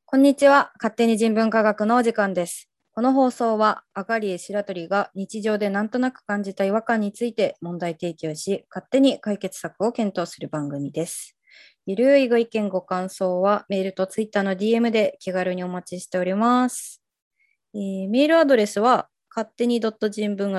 こんにちは。勝手に人文科学のお時間です。この放送は、あかりえ白鳥が日常でなんとなく感じた違和感について問題提起をし、勝手に解決策を検討する番組です。ゆるいご意見ご感想は、メールとツイッターの DM で気軽にお待ちしております。メールアドレスは、勝手に人文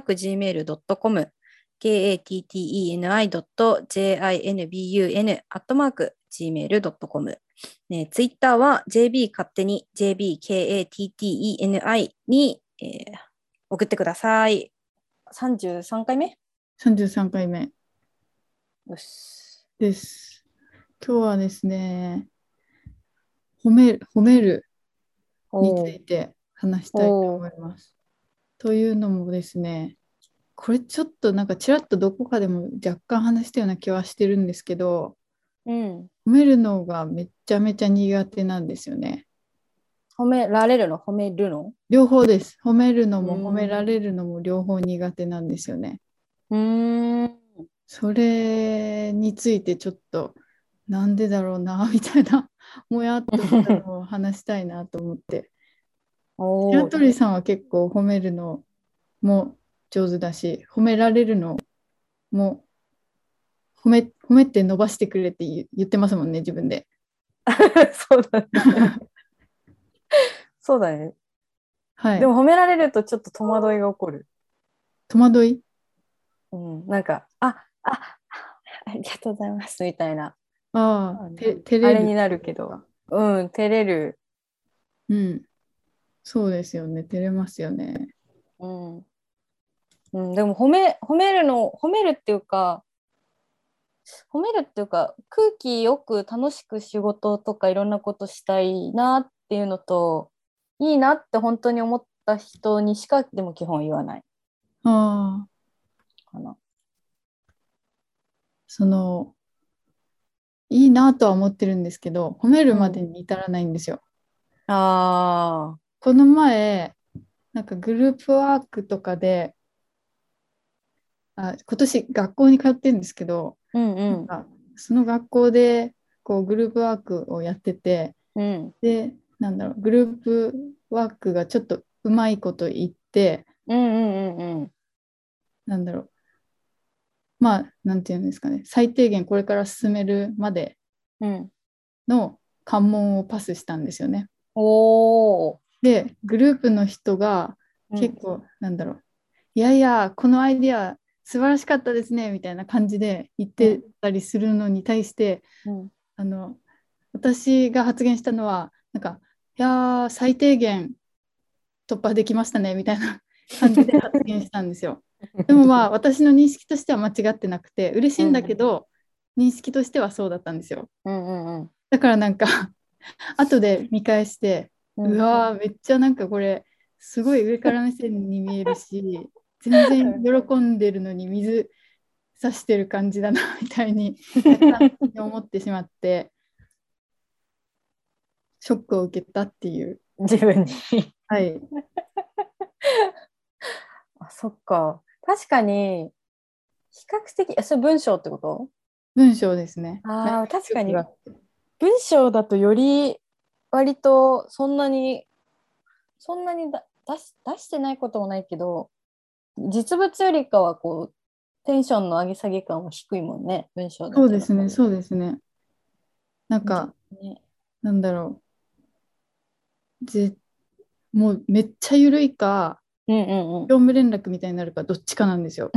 @gmail.com、katteni.jinbun@gmail.com、ツイッターは JB 勝手に JBKATTENI に、送ってください。33回目 33回目よしです。今日はですね、褒めるについて話したいと思います。というのもですね、これちょっとなんかちらっとどこかでも若干話したような気はしてるんですけど、褒めるのがめちゃめちゃ苦手なんですよね。 褒められるの褒めるの両方です。褒めるのも褒められるのも両方苦手なんですよね。それについてちょっとなんでだろうなみたいなもやっとしたのを話したいなと思って。白鳥さんは結構褒めるのも上手だし、褒められるのも褒めて伸ばしてくれって言ってますもんね、自分で。 そうだね。そうだね。 はい。 でも褒められるとちょっと戸惑いが起こる。 戸惑いなんか、ありがとうございますみたいな。 ああ、照れる。 あれになるけど。照れる。 うん。そうですよね。照れますよね。 でも褒めるっていうか、空気よく楽しく仕事とかいろんなことしたいなっていうのと、いいなって本当に思った人にしかでも基本言わないああ、 かな。 いいなとは思ってるんですけど、褒めるまでに至らないんですよ。 ああ、 この前、なんかグループワークとかで、今年学校に通ってるんですけど、なんかその学校でこうグループワークをやってて、で、なんだろう、グループワークがちょっとうまいこと言って、なんだろう、まあ、なんていうんですかね、最低限これから進めるまでの関門をパスしたんですよね。 おー。 で、グループの人が結構、なんだろう、いやいや、このアイディア素晴らしかったですねみたいな感じで言ってたりするのに対して、あの私が発言したのは、なんか、いやー、最低限突破できましたねみたいな感じで発言したんですよ。でもまあ、私の認識としては間違ってなくて、嬉しいんだけど、認識としてはそうだったんですよ。だからなんか後で見返して、うわー、めっちゃなんかこれ、すごい上から目線に見えるし、全然喜んでるのに水差してる感じだなみたいに若干思ってしまって、ショックを受けたっていう。 自分にはい。 そっか。確かに、比較的、それ文章ってこと？ 文章ですね。 確かに、文章だとより割とそんなに出してないこともないけど、実物よりかはこう、テンションの上げ下げ感は低いもんね、文章だと。 そうですね、そうですね。なんか、なんだろう。もうめっちゃ緩いか、業務連絡みたいになるか、どっちかなんですよ。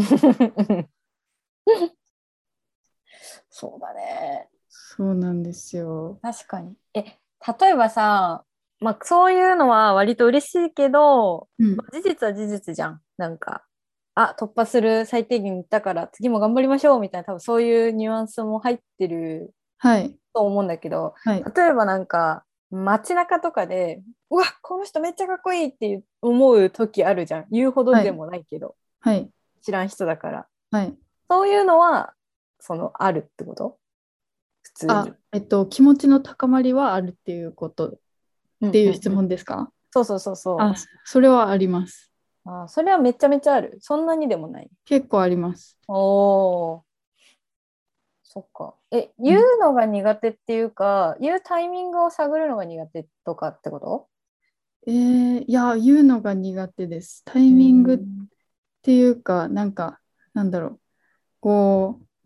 そうだね。 そうなんですよ。 確かに。例えばさ、そういうのは割と嬉しいけど、事実は事実じゃん。なんか、突破する最低限いったから次も頑張りましょうみたいな、多分そういうニュアンスも入ってると思うんだけど、例えばなんか、街中とかで、うわ、この人めっちゃかっこいいって思う時あるじゃん。言うほどでもないけど、知らん人だから。そういうのは、あるってこと？普通に。 気持ちの高まりはあるっていうことっていう質問ですか？ そう。 それはあります。 それはめちゃめちゃある。そんなにでもない。 結構あります。 おー。 そっか。言うのが苦手っていうか、言うタイミングを探るのが苦手とかってこと？ いや、言うのが苦手です。タイうミングっん。 ていうか、なんか、なんだろう。こう、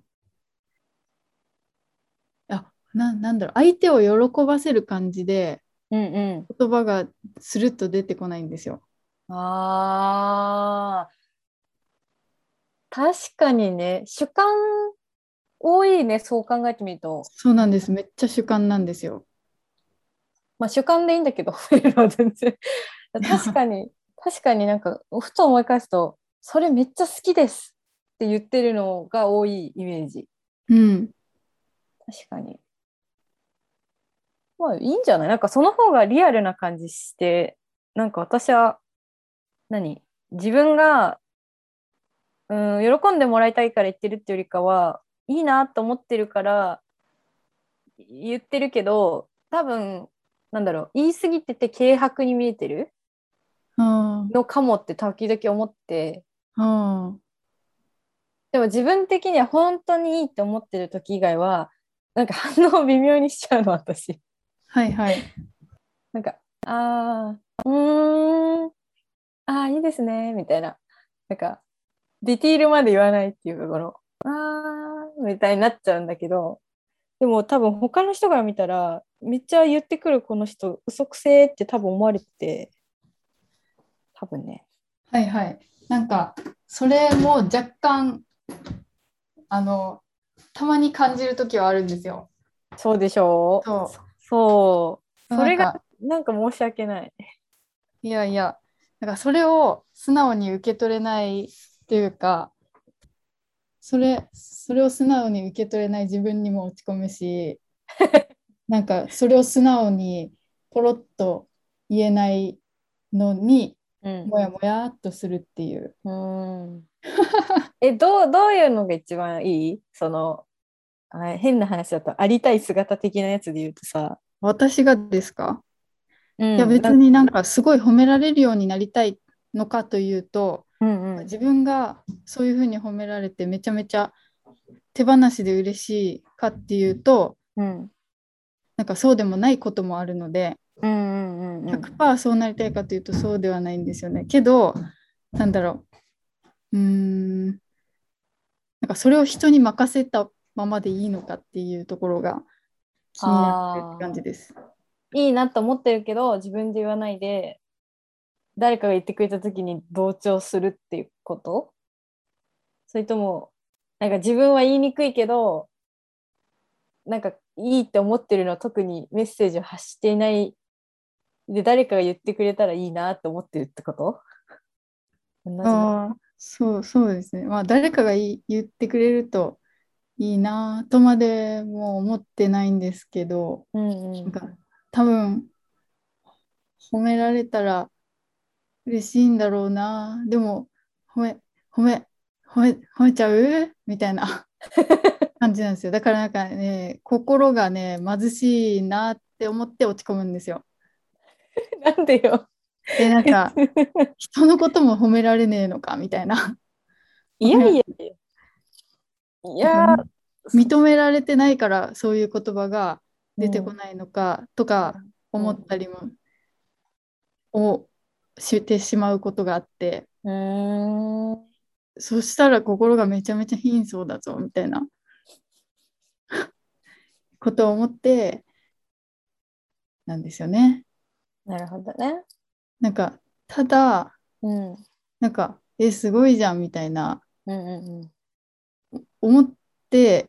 なんだろう。相手を喜ばせる感じで、 うんうん。 言葉がスルッと出てこないんですよ。 ああ、確かにね、主観多いね、そう考えてみると。 そうなんです。めっちゃ主観なんですよ。 まあ主観でいいんだけど、増えるのは全然。確かに、確かになんか、ふと思い返すと、それめっちゃ好きですって言ってるのが多いイメージ。 うん。 確かに。まあいいんじゃない？なんかその方がリアルな感じして、なんか私は、自分が、喜んでもらいたいから言ってるっていうよりかは、いいなと思ってるから言ってるけど、多分、言い過ぎてて軽薄に見えてるあのかもって時々思って、 あ、ああ、 でも自分的には本当にいいって思ってる時以外は、なんか反応を微妙にしちゃうの、私。 はいはい。 なんか、いいですね、みたいな。なんか、ディティールまで言わないっていうか、みたいになっちゃうんだけど、でも多分他の人から見たら、めっちゃ言ってくるこの人、嘘くせーって多分思われてて、多分ね。 はいはい。なんか、それも若干、あの、たまに感じるときはあるんですよ。 そうでしょう。 そそう。 う。 それが、 なんか、 なんか申し訳ない。 いやいや、なんかそれを素直に受け取れないっていうか、それを素直に受け取れない自分にも落ち込むし、なんかそれを素直にポロッと言えないのに、 うん。 もやもやっとするっていう。 うん。どういうのが一番いい？変な話だと、ありたい姿的なやつで言うとさ、 私がですか？いやうん、 別になんかすごい褒められるようになりたいのかというと、 うんうん、 自分がそういうふうに褒められてめちゃめちゃ手放しで嬉しいかっていうと、 うん、 なんかそうでもないこともあるので、 うんうんうんうん。 100%そうなりたいかというとそうではないんですよね。けど、なんだろなんかそれを人に任せたままでいいのかっていうところが気になってるってああ、 感じです。 いいなと思ってるけど、自分で言わないで、誰かが言ってくれた時に同調するっていうこと？それとも、なんか自分は言いにくいけど、なんかいいって思ってるのは特にメッセージを発していないで、誰かが言ってくれたらいいなって思ってるってこと？同じ？ ああ、そうですね。まあ誰かが言ってくれるといいなとまでも思ってないんですけど、 うんうん。 なんか多分褒められたら嬉しいんだろうな。でも褒め、褒め、褒めちゃうみたいな感じなんですよ。だからなんかね、心がね、貧しいなって思って落ち込むんですよ。 なんでよ。 なんか、人のことも褒められねえのかみたいな。 いやいやいや。いなんかや認められてないからそういう言葉が出てこうん。 ないのかとか思っうん。 たりもしてしまうことがあって、 うん。 そしたら心がめちゃめちゃ貧相だぞみたいなことを思ってなんですよね。 なるほどね。 なんか、ただ、 うん。 なんか、すごいじゃんみたいなうんうんうん。 思って、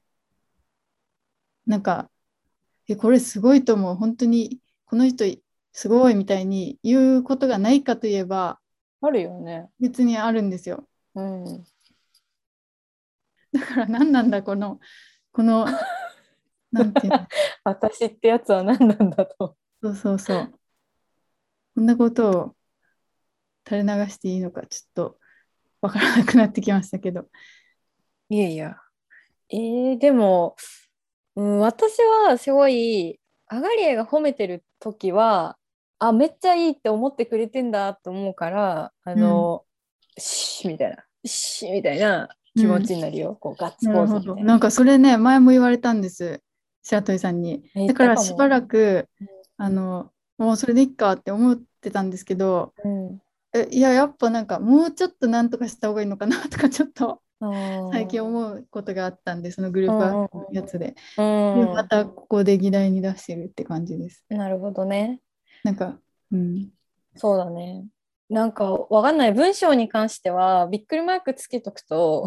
なんか、これすごいと思う。本当にこの人すごいみたいに言うことがないかといえばあるよね。 別にあるんですよ。 うん。 だから何なんだこの、なんていうの、 私ってやつは何なんだと。 そうそうそう。こんなことを垂れ流していいのかちょっとわからなくなってきましたけど。 いやいや。でも、私はすごい、アガリエが褒めてる時は、めっちゃいいって思ってくれてんだと思うから、 うん。 みたいな、みたいな気持ちになるよ、こうガッツポーなるほど。 ズみたいな。 なんかそれね、前も言われたんです、白鳥さんに。だか言ったかも。 らしばらく、もうそれでいいかって思ってたんですけど、 うん。 いや、やっぱなんかもうちょっとなんとかした方がいいのかなとか、ちょっとあ最近ー思うことがあったんで、そのグループワーうんクのやつで。 うで、 んうまたここで議題に出してるって感じです。 ん。なるほどね。 なんか、うん。 そうだね。なんかわかんない。文章に関しては、びっくりマークつけとくと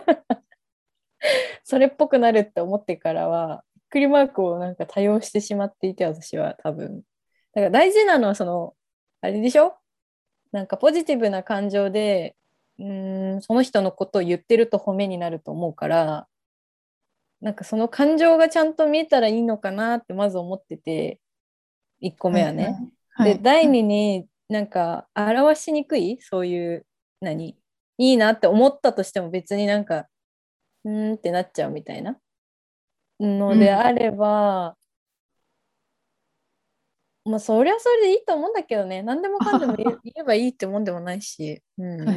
それっぽくなるって思ってからは、びっくりマークをなんか多用してしまっていて、私は多分。だから大事なのは、あれでしょ、なんかポジティブな感情で、その人のことを言ってると褒めになると思うから、なんかその感情がちゃんと見えたらいいのかなってまず思ってて、1個はい、 目はね。で、 はい。 第2になんか表しにくい、そういう、いいなって思ったとしても別になんか、ってなっちゃうみたいなのうん。 であれば、まあそりゃそれでいいと思うんだけどね、何でもあかんでもははは。 言えばいいってもんでもないし、 はい。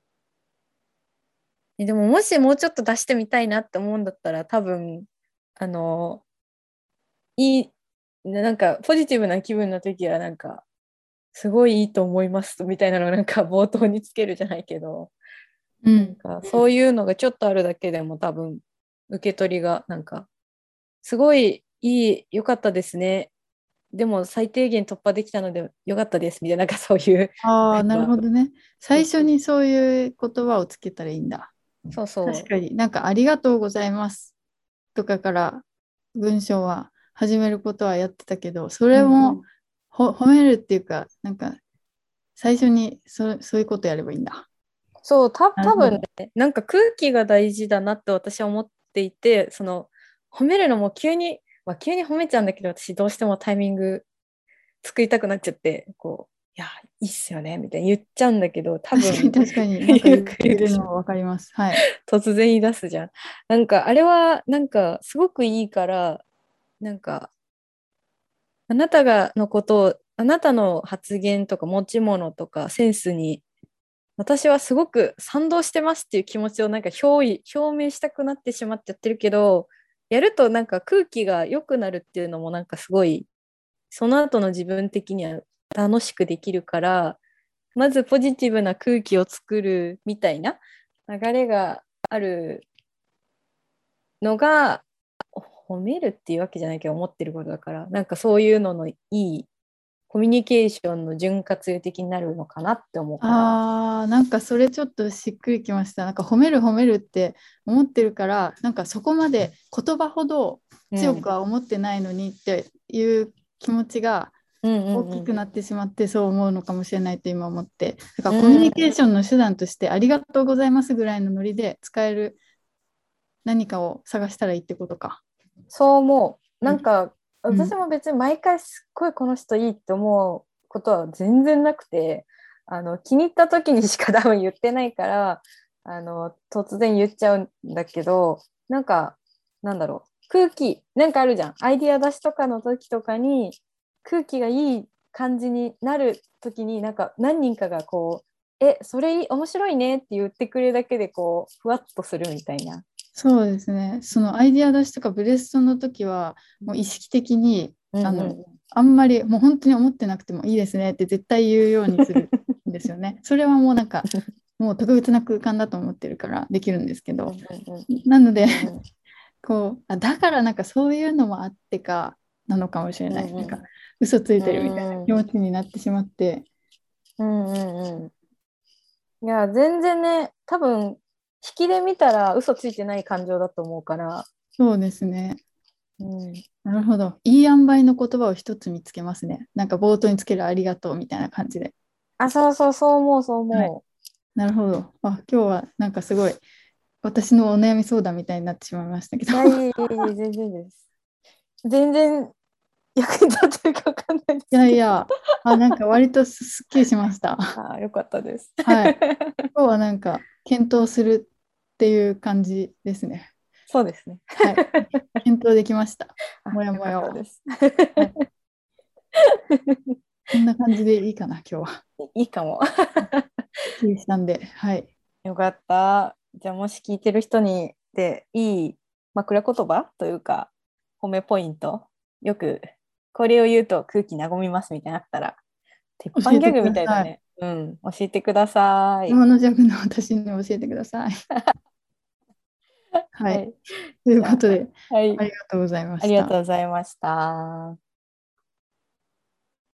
でももしもうちょっと出してみたいなって思うんだったら、多分、あの、いい、なんかポジティブな気分の時は、なんか、すごいいいと思いますみたいなのをなんか冒頭につけるじゃないけど、 うん。 なんかそういうのがちょっとあるだけでも多分、受け取りが、なんか、すごい良かったですね。でも最低限突破できたので良かったですみたいな、なんかそういう、 ああ、なる例えば、 ほどね。最初そうそうにそういう言葉をつけたらいいんだ。 そうそ確かになんかありがとうございますとかから文章は始めることはやってたけど、そう。 れも褒めるっていうか、なんか最初にそういうことやればいいんだ。 そう、多分なるほど。 ね、なんか空気が大事だなって私は思っていて、褒めるのも急に褒めちゃうんだけど、私どうしてもタイミング作りたくなっちゃって、いや、いいっすよね、みたいに言っちゃうんだけど、多確かに分、 確かになんかよ言ってく言うでしょ。 るのはわかります。はい。 突然言い出すじゃん。なんか、あれは、なんか、すごくいいから、なんか、あなたのことを、あなたの発言とか持ち物とかセンスに私はすごく賛同してますっていう気持ちをなんか表明したくなってしまってやってるけど、やるとなんか空気が良くなるっていうのもなんかすごい、その後の自分的には楽しくできるから、まずポジティブな空気を作るみたいな流れがあるのが、褒めるっていうわけじゃないけど思ってることだから、なんかそういうののいいコミュニケーションの潤滑油的になるのかなって思うから。 ああ、なんかそれちょっとしっくりきました。なんか褒める褒めるって思ってるから、なんかそこまで言葉ほど強くうん。 は思ってないのにっていう気持ちがうんうんうん。 大きくなってしまってそう思うのかもしれないと今思って。だからコミュニケーうん、 ションの手段としてありがとうございますぐらいのノリで使える何かを探したらいいってことか。 そう思う。 うん。 なんか、 うん。 私も別に毎回すっごいこの人いいって思うことは全然なくて、気に入った時にしか多分言ってないから、突然言っちゃうんだけど、なんか、なんだろう、空気、なんかあるじゃん。アイディア出しとかの時とかに、空気がいい感じになる時に、なんか何人かがそれ面白いねって言ってくれるだけで、ふわっとするみたいな。 そうですね。そのアイディア出しとかブレストの時は、もう意識的に、 うんうん。 あんまりもう本当に思ってなくてもいいですねって絶対言うようにするんですよね。それはもうなんか、もう特別な空間だと思ってるからできるんですけど。 うんうんなので、 うんうんだからなんかそういうのもあってかなのかもしれない。なんか、 うん嘘ついうてるみたいなんうん気持ちになってしまって。 うんうんうん。いや、全然ね、多分、引きで見たら嘘ついてない感情だと思うから、 そうですね。 うん。 なるほど。いい塩梅の言葉を一つ見つけますね。なんか冒頭につけるありがとうみたいな感じで。 あ、そうそう、そう思う、そうはい。 思なるほど。今日はなんかすごい私のお悩み相談みたいになってしまいましたけど。 う。いや、いい、いい、いい、全然です。全然役に立ってるかわかんないでいすけど。 やいや、なんか割とすっきりしました。 あ、よかったです。 はい。今日はなんか検討するっていう感じですね。 そうですね。 はい。検討できました。 あ、 もやよかもやを。 ったです。 はい。こんな感じでいいかな、今日は。 いいかも。 すっきりしたんで。はい。 よかった。じゃあじゃあもし聞いてる人にでいい枕言葉というか褒めポイント、よくこれを言うと空気和みますみたいなのあったら、鉄板教えてギャグください。 みたいだね。うん、教えてください。 山の弱の私に教えてください。はい。 はい。 というじゃあ、 ことで、 はい。 ありがとうございまありがとうした。 ございました。